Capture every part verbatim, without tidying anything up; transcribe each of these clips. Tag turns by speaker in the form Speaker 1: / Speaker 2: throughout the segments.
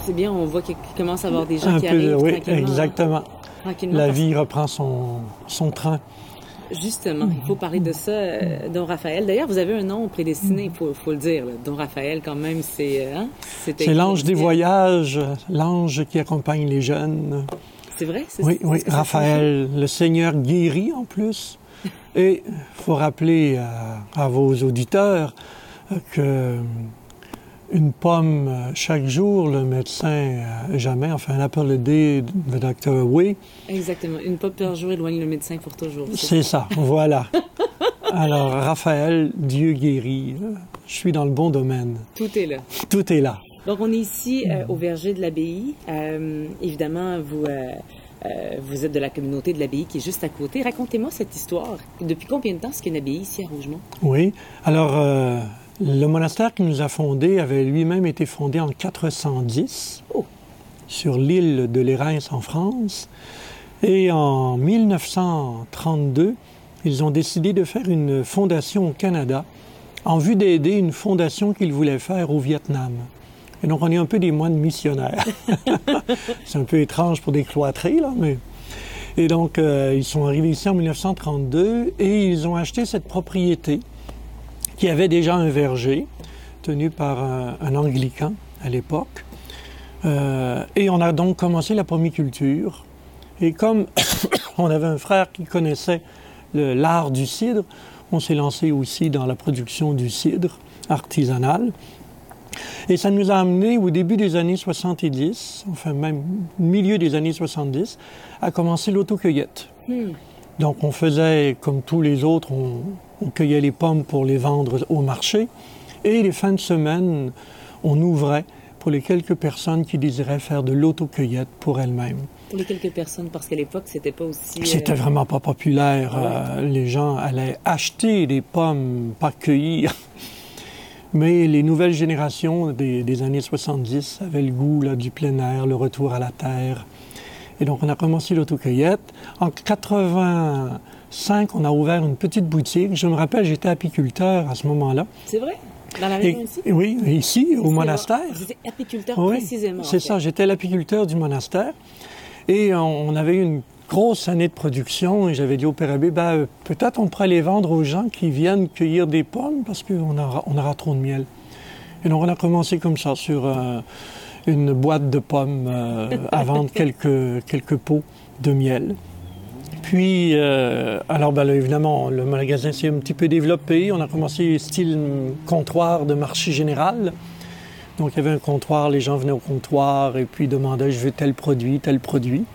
Speaker 1: C'est bien, on voit qu'il commence à y avoir des gens
Speaker 2: Un
Speaker 1: qui
Speaker 2: peu,
Speaker 1: arrivent
Speaker 2: oui,
Speaker 1: tranquillement.
Speaker 2: exactement.
Speaker 1: Tranquillement,
Speaker 2: La
Speaker 1: parce-
Speaker 2: vie reprend son, son train.
Speaker 1: Justement, il faut parler de ça, euh, Don Raphaël. D'ailleurs, vous avez un nom prédestiné, il faut, faut le dire. Là. Don Raphaël, quand même, c'est... Hein?
Speaker 2: C'est l'ange des voyages, l'ange qui accompagne les jeunes.
Speaker 1: C'est vrai? C'est,
Speaker 2: Oui,
Speaker 1: c'est
Speaker 2: oui,
Speaker 1: ce que ça
Speaker 2: Raphaël, le Seigneur guérit en plus. Et il faut rappeler à, à vos auditeurs que une pomme chaque jour, le médecin euh, jamais, enfin un appel le dé, le docteur oui.
Speaker 1: Exactement. Une pomme par jour éloigne le médecin pour toujours. C'est,
Speaker 2: C'est ça, voilà. Alors, Raphaël, Dieu guérit. Je suis dans le bon domaine.
Speaker 1: Tout est là.
Speaker 2: Tout est là.
Speaker 1: Donc, on est ici euh, au verger de l'abbaye. Euh, évidemment, vous, euh, euh, vous êtes de la communauté de l'abbaye qui est juste à côté. Racontez-moi cette histoire. Depuis combien de temps est-ce qu'il y a une abbaye ici à Rougemont?
Speaker 2: Oui. Alors, euh, le monastère qui nous a fondés avait lui-même été fondé en quatre cent dix
Speaker 1: Oh.
Speaker 2: sur l'île de l'Érins en France. Et en mille neuf cent trente-deux, ils ont décidé de faire une fondation au Canada en vue d'aider une fondation qu'ils voulaient faire au Vietnam. Et donc, on est un peu des moines missionnaires. C'est un peu étrange pour des cloîtrés, là, mais... Et donc, euh, ils sont arrivés ici en mille neuf cent trente-deux et ils ont acheté cette propriété qui avait déjà un verger tenu par un, un anglican à l'époque. Euh, et on a donc commencé la pomiculture. Et comme on avait un frère qui connaissait le, l'art du cidre, on s'est lancé aussi dans la production du cidre artisanal. Et ça nous a amené au début des années soixante-dix, enfin même milieu des années soixante-dix, à commencer l'autocueillette.
Speaker 1: Hmm.
Speaker 2: Donc on faisait comme tous les autres, on, on cueillait les pommes pour les vendre au marché. Et les fins de semaine, on ouvrait pour les quelques personnes qui désiraient faire de l'autocueillette pour elles-mêmes.
Speaker 1: Pour les quelques personnes, parce qu'à l'époque, c'était pas aussi... euh,
Speaker 2: C'était vraiment pas populaire.
Speaker 1: Ah ouais.
Speaker 2: Euh, les gens allaient acheter des pommes, pas cueillir. Mais les nouvelles générations des, des années soixante-dix avaient le goût là, du plein air, le retour à la terre. Et donc, on a commencé l'autocueillette. En quatre-vingt-cinq, on a ouvert une petite boutique. Je me rappelle, j'étais apiculteur à ce moment-là.
Speaker 1: C'est vrai? Dans la
Speaker 2: Et,
Speaker 1: région ici?
Speaker 2: oui, ici, au monastère.
Speaker 1: Vous étiez apiculteur
Speaker 2: Oui,
Speaker 1: précisément.
Speaker 2: c'est
Speaker 1: en fait.
Speaker 2: ça. J'étais l'apiculteur du monastère. Et on, on avait eu une grosse année de production. Et j'avais dit au Père Abbé, ben, euh, peut-être on pourrait les vendre aux gens qui viennent cueillir des pommes parce qu'on aura, on aura trop de miel. Et donc, on a commencé comme ça, sur euh, une boîte de pommes, euh, à vendre quelques, quelques pots de miel. Puis, euh, alors, ben, là, évidemment, le magasin s'est un petit peu développé. On a commencé style comptoir de marché général. Donc, il y avait un comptoir, les gens venaient au comptoir et puis demandaient, je veux tel produit, tel produit.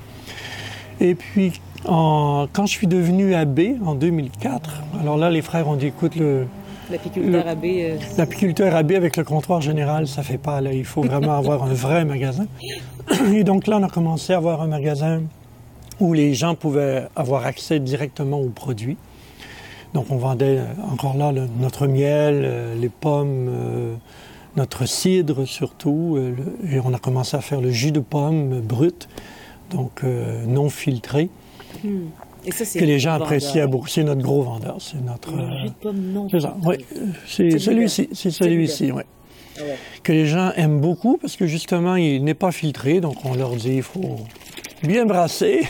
Speaker 2: Et puis, en, quand je suis devenu abbé, en deux mille quatre, alors là, les frères ont dit, écoute, le,
Speaker 1: L'apiculteur
Speaker 2: Le-
Speaker 1: abbé... euh,
Speaker 2: l'apiculteur abbé avec le comptoir général, ça fait pas, là. Il faut vraiment avoir un vrai magasin. Et donc là, on a commencé à avoir un magasin où les gens pouvaient avoir accès directement aux produits. Donc, on vendait euh, encore là le- notre miel, euh, les pommes, euh, notre cidre surtout. euh, le- et on a commencé à faire le jus de pomme euh, brut, donc euh, non filtré,
Speaker 1: hmm. Et ça, c'est
Speaker 2: que les gens
Speaker 1: vendeur.
Speaker 2: appréciaient beaucoup. C'est notre gros vendeur. C'est notre.
Speaker 1: Le
Speaker 2: euh,
Speaker 1: jus de pomme non
Speaker 2: c'est ça, oui.
Speaker 1: filtré.
Speaker 2: C'est
Speaker 1: C'est
Speaker 2: celui-ci. C'est celui-ci, oui.
Speaker 1: Ah ouais.
Speaker 2: Que les gens aiment beaucoup parce que justement, il n'est pas filtré. Donc, on leur dit, il faut bien brasser.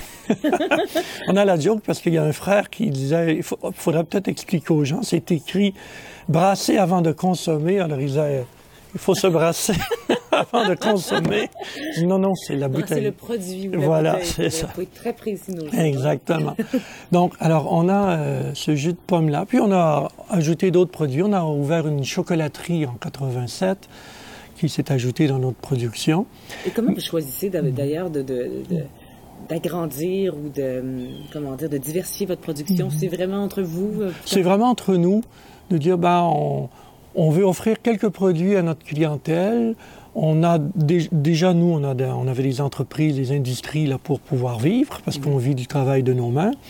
Speaker 2: On a la joke parce qu'il y a un frère qui disait, il faut- faudrait peut-être expliquer aux gens, c'est écrit brasser avant de consommer. Alors, il disait, il faut se brasser avant de consommer. Je dis, non, non, c'est la
Speaker 1: Non, c'est
Speaker 2: bouteille.
Speaker 1: le produit. Ou la
Speaker 2: Voilà,
Speaker 1: bouteille.
Speaker 2: c'est
Speaker 1: Il
Speaker 2: ça.
Speaker 1: faut être très précis nos jours.
Speaker 2: Exactement. Donc, alors, on a euh, ce jus de pomme-là. Puis, on a ajouté d'autres produits. On a ouvert une chocolaterie en quatre-vingt-sept qui s'est ajoutée dans notre production.
Speaker 1: Et comment vous choisissez d'a- d'ailleurs de, de- de- d'agrandir ou de, hum, comment dire, de diversifier votre production? C'est vraiment entre vous? euh,
Speaker 2: C'est vraiment entre nous de dire, ben, on, on veut offrir quelques produits à notre clientèle. On a dé- déjà, nous, on, a des- on avait des entreprises, des industries là, pour pouvoir vivre, parce qu'on vit du travail de nos mains.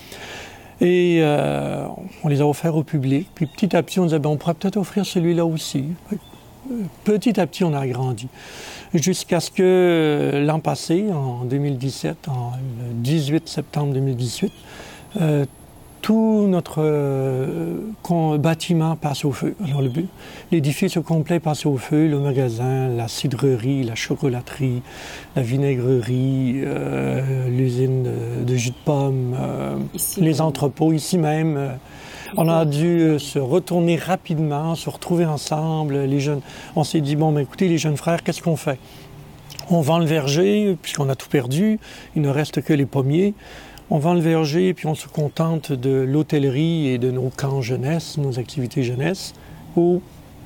Speaker 2: Et euh, on les a offerts au public. Puis petit à petit, on disait, ben, on pourrait peut-être offrir celui-là aussi. Petit à petit, on a agrandi. Jusqu'à ce que euh, l'an passé, en deux mille dix-sept, en, le dix-huit septembre deux mille dix-huit, euh, tout notre euh, bâtiment passe au feu. Alors l'édifice au complet passe au feu, le magasin, la cidrerie, la chocolaterie, la vinaigrerie, euh, l'usine de, de jus de pomme, euh, les même. entrepôts, ici même. Euh, on a dû se retourner rapidement, se retrouver ensemble. Les jeunes, on s'est dit, bon, ben, écoutez, les jeunes frères, qu'est-ce qu'on fait? On vend le verger, puisqu'on a tout perdu, il ne reste que les pommiers. On vend le verger, puis on se contente de l'hôtellerie et de nos camps jeunesse, nos activités jeunesse, ou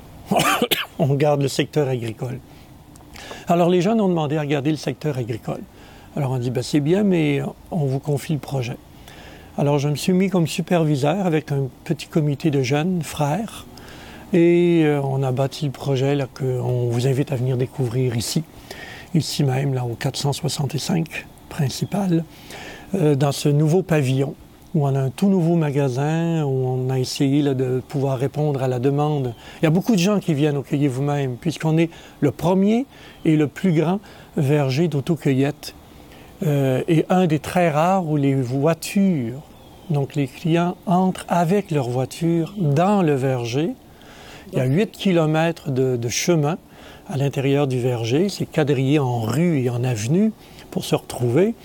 Speaker 2: on garde le secteur agricole. Alors les jeunes ont demandé à regarder le secteur agricole. Alors on dit, ben, c'est bien, mais on vous confie le projet. Alors je me suis mis comme superviseur avec un petit comité de jeunes frères, et euh, on a bâti le projet là, qu'on vous invite à venir découvrir ici, ici même, là, au quatre cent soixante-cinq principal. Dans ce nouveau pavillon, où on a un tout nouveau magasin, où on a essayé là, de pouvoir répondre à la demande. Il y a beaucoup de gens qui viennent au Cueillez vous-même, puisqu'on est le premier et le plus grand verger d'autocueillette, euh, et un des très rares où les voitures, donc les clients entrent avec leur voiture dans le verger. Il y a huit kilomètres de, de chemin à l'intérieur du verger, c'est quadrillé en rues et en avenues pour se retrouver.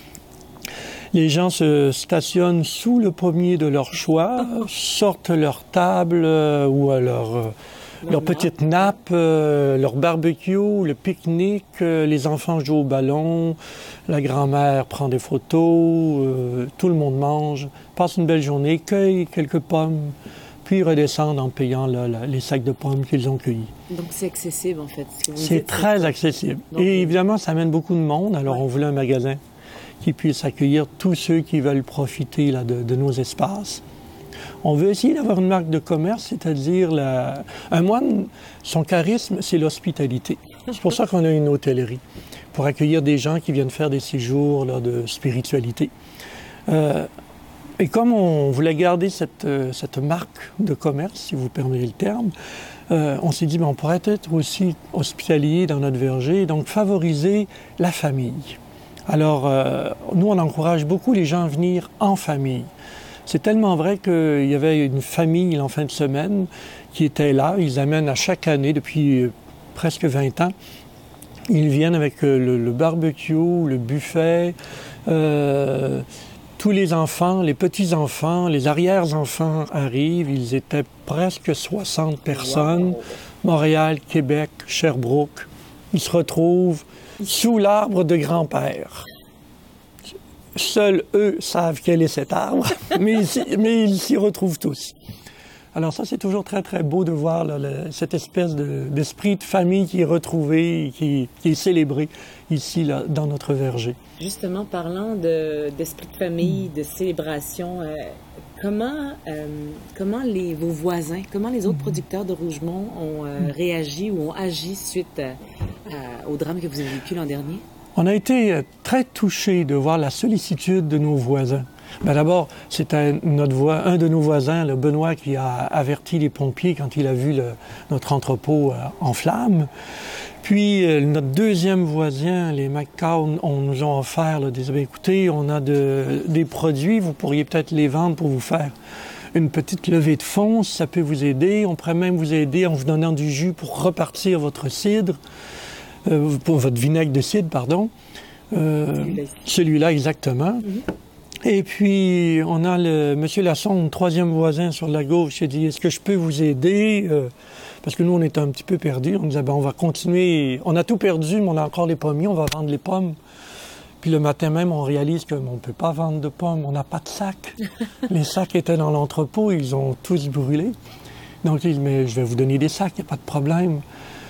Speaker 2: Les gens se stationnent sous le pommier de leur choix, sortent leur table euh, ou euh, leur, euh, leur petite nappe, euh, leur barbecue, le pique-nique, euh, les enfants jouent au ballon, la grand-mère prend des photos, euh, tout le monde mange, passe une belle journée, cueille quelques pommes, puis redescendent en payant là, là, les sacs de pommes qu'ils ont cueillis.
Speaker 1: Donc c'est accessible en fait.
Speaker 2: C'est très accessible. Donc, et évidemment, ça amène beaucoup de monde, alors ouais. On voulait un magasin qui puisse accueillir tous ceux qui veulent profiter là, de, de nos espaces. On veut essayer d'avoir une marque de commerce, c'est-à-dire la... un moine, son charisme, c'est l'hospitalité. C'est pour ça qu'on a une hôtellerie, pour accueillir des gens qui viennent faire des séjours là, de spiritualité. Euh, et comme on voulait garder cette, cette marque de commerce, si vous permettez le terme, euh, on s'est dit, ben, on pourrait être aussi hospitalier dans notre verger, donc favoriser la famille. Alors, euh, nous, on encourage beaucoup les gens à venir en famille. C'est tellement vrai qu'il y avait une famille en fin de semaine qui était là. Ils amènent à chaque année, depuis euh, presque vingt ans, ils viennent avec euh, le, le barbecue, le buffet, euh, tous les enfants, les petits-enfants, les arrière-enfants arrivent. Ils étaient presque soixante personnes. Wow. Montréal, Québec, Sherbrooke. Ils se retrouvent sous l'arbre de grand-père. Seuls eux savent quel est cet arbre, mais, mais ils s'y retrouvent tous. Alors ça, c'est toujours très, très beau de voir là, le, cette espèce de, d'esprit de famille qui est retrouvé, qui, qui est célébré ici, là, dans notre verger.
Speaker 1: Justement, parlant de, d'esprit de famille, de célébration, euh, comment, euh, comment les, vos voisins, comment les autres producteurs de Rougemont ont euh, réagi ou ont agi suite à, à, au drame que vous avez vécu l'an dernier?
Speaker 2: On a été très touchés de voir la sollicitude de nos voisins. Ben d'abord, c'est un, notre vo- un de nos voisins, le Benoît, qui a averti les pompiers quand il a vu le, notre entrepôt euh, en flammes. Puis, euh, notre deuxième voisin, les McCown, on nous ont offert, là, des, ben, écoutez, on a de, des produits, vous pourriez peut-être les vendre pour vous faire une petite levée de fonds, si ça peut vous aider. On pourrait même vous aider en vous donnant du jus pour repartir votre cidre. Euh, pour votre vinaigre de cidre, pardon. Euh, celui-là, exactement. Mm-hmm. Et puis, on a le monsieur Lassonde, troisième voisin sur la gauche, qui a dit, est-ce que je peux vous aider? Euh, parce que nous, on était un petit peu perdus. On disait, ben, on va continuer. On a tout perdu, mais on a encore les pommiers, on va vendre les pommes. Puis le matin même, on réalise qu'on ne peut pas vendre de pommes, on n'a pas de sacs. Les sacs étaient dans l'entrepôt, ils ont tous brûlé. Donc, il dit, mais je vais vous donner des sacs, il n'y a pas de problème.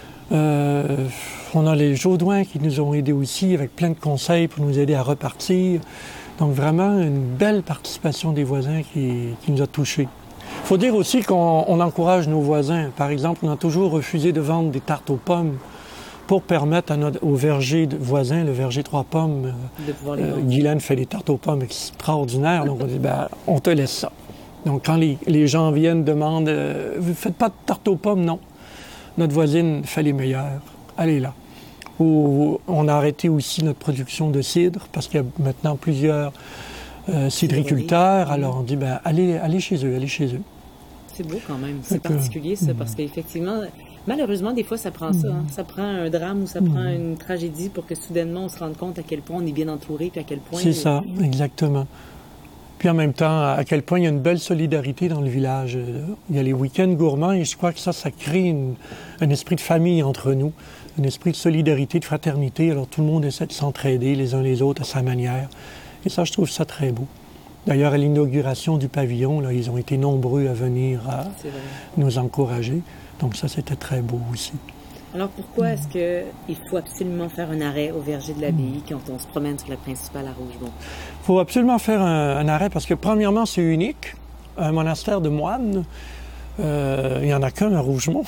Speaker 2: Euh, on a les Jaudoins qui nous ont aidés aussi avec plein de conseils pour nous aider à repartir. Donc vraiment une belle participation des voisins qui, qui nous a touchés. Il faut dire aussi qu'on on encourage nos voisins. Par exemple, on a toujours refusé de vendre des tartes aux pommes pour permettre à notre, au verger de voisin, le verger Trois Pommes, euh, Guylaine fait des tartes aux pommes extraordinaires. Donc on dit, ben, on te laisse ça. Donc quand les, les gens viennent, demandent, euh, vous ne faites pas de tartes aux pommes? Non. Notre voisine fait les meilleures. Allez là. Ou on a arrêté aussi notre production de cidre parce qu'il y a maintenant plusieurs euh, cidriculteurs. Alors on dit, ben, allez, allez chez eux, allez chez eux.
Speaker 1: C'est beau quand même. C'est particulier, ça, parce qu'effectivement, malheureusement, des fois, ça prend ça. Hein. Ça prend un drame ou ça prend une tragédie pour que soudainement, on se rende compte à quel point on est bien entouré, puis à quel point...
Speaker 2: C'est ça, exactement. Puis en même temps, à quel point il y a une belle solidarité dans le village. Il y a les week-ends gourmands et je crois que ça, ça crée une, un esprit de famille entre nous, un esprit de solidarité, de fraternité. Alors tout le monde essaie de s'entraider les uns les autres à sa manière. Et ça, je trouve ça très beau. D'ailleurs, à l'inauguration du pavillon, là, ils ont été nombreux à venir à nous encourager. Donc ça, c'était très beau aussi.
Speaker 1: Alors pourquoi mmh. est-ce qu'il faut absolument faire un arrêt au verger de l'abbaye quand on se promène sur la principale à Rougemont?
Speaker 2: Il faut absolument faire un, un arrêt parce que, premièrement, c'est unique. Un monastère de moines, euh, il n'y en a qu'un à Rougemont,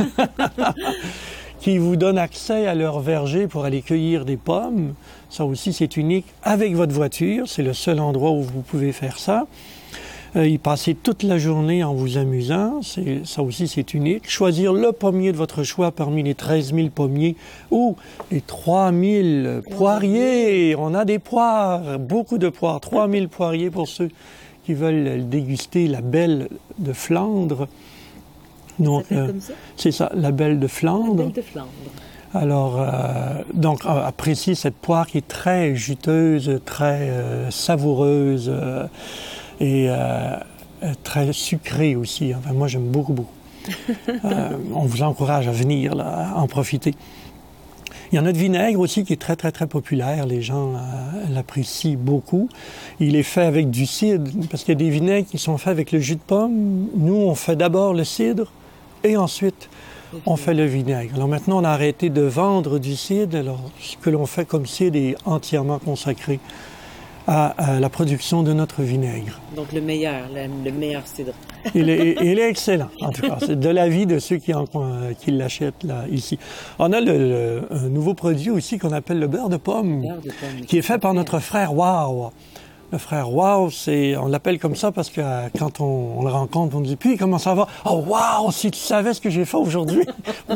Speaker 2: qui vous donne accès à leur verger pour aller cueillir des pommes. Ça aussi, c'est unique avec votre voiture. C'est le seul endroit où vous pouvez faire ça. Euh, y passer toute la journée en vous amusant, ça aussi c'est unique. Choisir le pommier de votre choix parmi les treize mille pommiers ou les trois mille poiriers. On a des poires, beaucoup de poires, trois mille poiriers pour ceux qui veulent déguster la belle de Flandre. Donc,
Speaker 1: ça euh, comme ça?
Speaker 2: C'est ça, la belle de Flandre.
Speaker 1: La belle de Flandre.
Speaker 2: Alors, euh, donc, euh, appréciez cette poire qui est très juteuse, très euh, savoureuse. Euh, et euh, très sucré aussi. Enfin, moi, j'aime beaucoup, beaucoup. euh, on vous encourage à venir, là, à en profiter. Il y a notre vinaigre aussi qui est très, très, très populaire. Les gens euh, l'apprécient beaucoup. Il est fait avec du cidre, parce qu'il y a des vinaigres qui sont faits avec le jus de pomme. Nous, on fait d'abord le cidre et ensuite, on fait le vinaigre. Alors maintenant, on a arrêté de vendre du cidre. Alors, ce que l'on fait comme cidre est entièrement consacré À, à la production de notre vinaigre.
Speaker 1: Donc le meilleur, le, le meilleur cidre.
Speaker 2: il, est, il est excellent, en tout cas. C'est de l'avis de ceux qui, en, qui l'achètent là, ici. On a le, le, un nouveau produit aussi qu'on appelle le beurre de pomme,
Speaker 1: beurre de pomme
Speaker 2: qui est fait par notre frère Wow. Le frère Wow, c'est, on l'appelle comme ça parce que euh, quand on, on le rencontre, on dit « Puis, comment ça va? Oh, wow! Si tu savais ce que j'ai fait aujourd'hui! Wow! »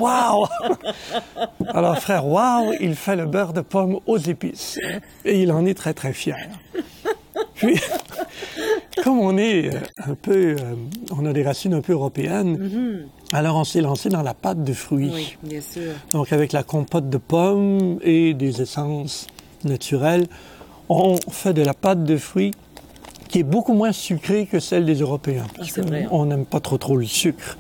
Speaker 2: Alors, frère Wow, il fait le beurre de pomme aux épices. Et il en est très, très fier. Puis, comme on est un peu... Euh, on a des racines un peu européennes, mm-hmm. alors on s'est lancé dans la pâte de fruits.
Speaker 1: Oui, bien sûr.
Speaker 2: Donc, avec la compote de pommes et des essences naturelles, on fait de la pâte de fruits qui est beaucoup moins sucrée que celle des Européens. Parce
Speaker 1: ah, vrai,
Speaker 2: on n'aime pas trop trop le sucre.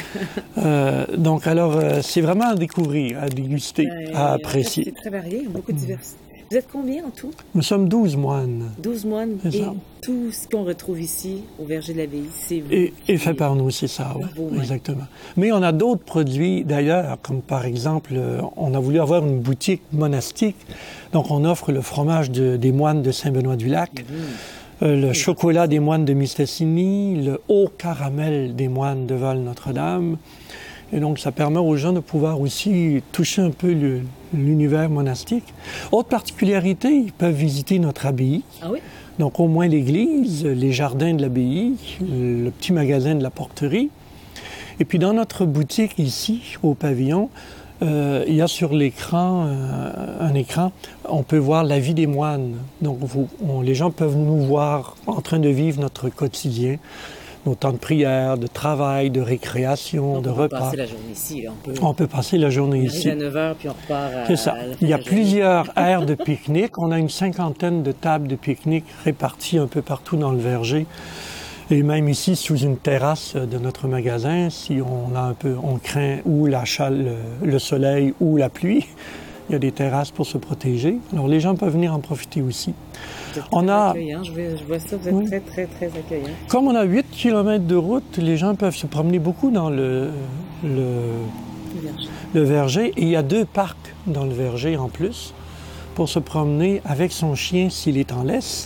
Speaker 2: euh, donc alors, euh, c'est vraiment à découvrir, à déguster, euh, à apprécier.
Speaker 1: C'est très varié, beaucoup de diversité. Vous êtes combien en tout?
Speaker 2: Nous sommes douze moines.
Speaker 1: douze moines et ça. Tout ce qu'on retrouve ici au verger de l'abbaye, c'est vous.
Speaker 2: Et, et fait par nous, c'est ça, oui, vous, exactement. Mais on a d'autres produits d'ailleurs, comme par exemple, on a voulu avoir une boutique monastique, donc on offre le fromage de, des moines de Saint-Benoît-du-Lac, mmh. euh, le mmh. chocolat des moines de Mistassini, le haut caramel des moines de Val-Notre-Dame. Et donc, ça permet aux gens de pouvoir aussi toucher un peu le, l'univers monastique. Autre particularité, ils peuvent visiter notre abbaye.
Speaker 1: Ah oui?
Speaker 2: Donc, au moins l'église, les jardins de l'abbaye, le petit magasin de la porterie. Et puis, dans notre boutique ici, au pavillon, euh, il y a sur l'écran, euh, un écran, on peut voir la vie des moines. Donc, vous, on, les gens peuvent nous voir en train de vivre notre quotidien. Nos temps de prière, de travail, de récréation, de repas. On peut
Speaker 1: passer la journée ici. Là. On, peut...
Speaker 2: on peut passer la journée
Speaker 1: on
Speaker 2: ici.
Speaker 1: On arrive à neuf heures, puis on repart à...
Speaker 2: C'est ça.
Speaker 1: À la
Speaker 2: Il y a plusieurs
Speaker 1: journée.
Speaker 2: aires de pique-nique. On a une cinquantaine de tables de pique-nique réparties un peu partout dans le verger. Et même ici, sous une terrasse de notre magasin, si on a un peu, on craint ou la chale, le soleil ou la pluie, il y a des terrasses pour se protéger. Alors les gens peuvent venir en profiter aussi.
Speaker 1: Vous êtes
Speaker 2: on
Speaker 1: très
Speaker 2: a...
Speaker 1: accueillant, je, vais, je vois ça, vous êtes oui. très, très, très accueillant.
Speaker 2: Comme on a huit kilomètres de route, les gens peuvent se promener beaucoup dans le, le,
Speaker 1: le, verger.
Speaker 2: le verger. Et il y a deux parcs dans le verger en plus pour se promener avec son chien s'il est en laisse.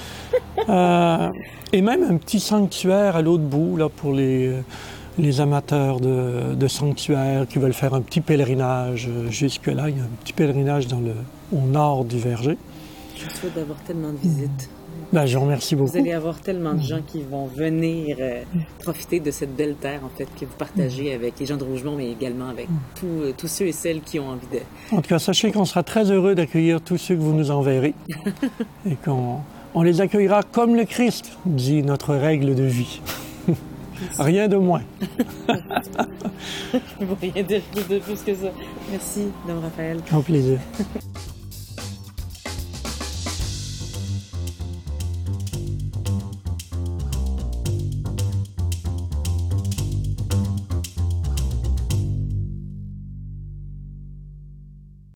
Speaker 2: euh, et même un petit sanctuaire à l'autre bout là, pour les, les amateurs de, de sanctuaires qui veulent faire un petit pèlerinage jusque-là. Il y a un petit pèlerinage dans le, au nord du verger.
Speaker 1: Je souhaite d'avoir tellement de visites.
Speaker 2: Ben, je vous remercie beaucoup.
Speaker 1: Vous allez avoir tellement de gens qui vont venir euh, profiter de cette belle terre, en fait, que vous partagez avec les gens de Rougemont, mais également avec tous, euh, tous ceux et celles qui ont envie de...
Speaker 2: En tout cas, sachez qu'on sera très heureux d'accueillir tous ceux que vous nous enverrez et qu'on On les accueillera comme le Christ, dit notre règle de vie. Rien de moins.
Speaker 1: Je ne peux rien dire de plus que ça. Merci, Dom Raphaël.
Speaker 2: Au plaisir.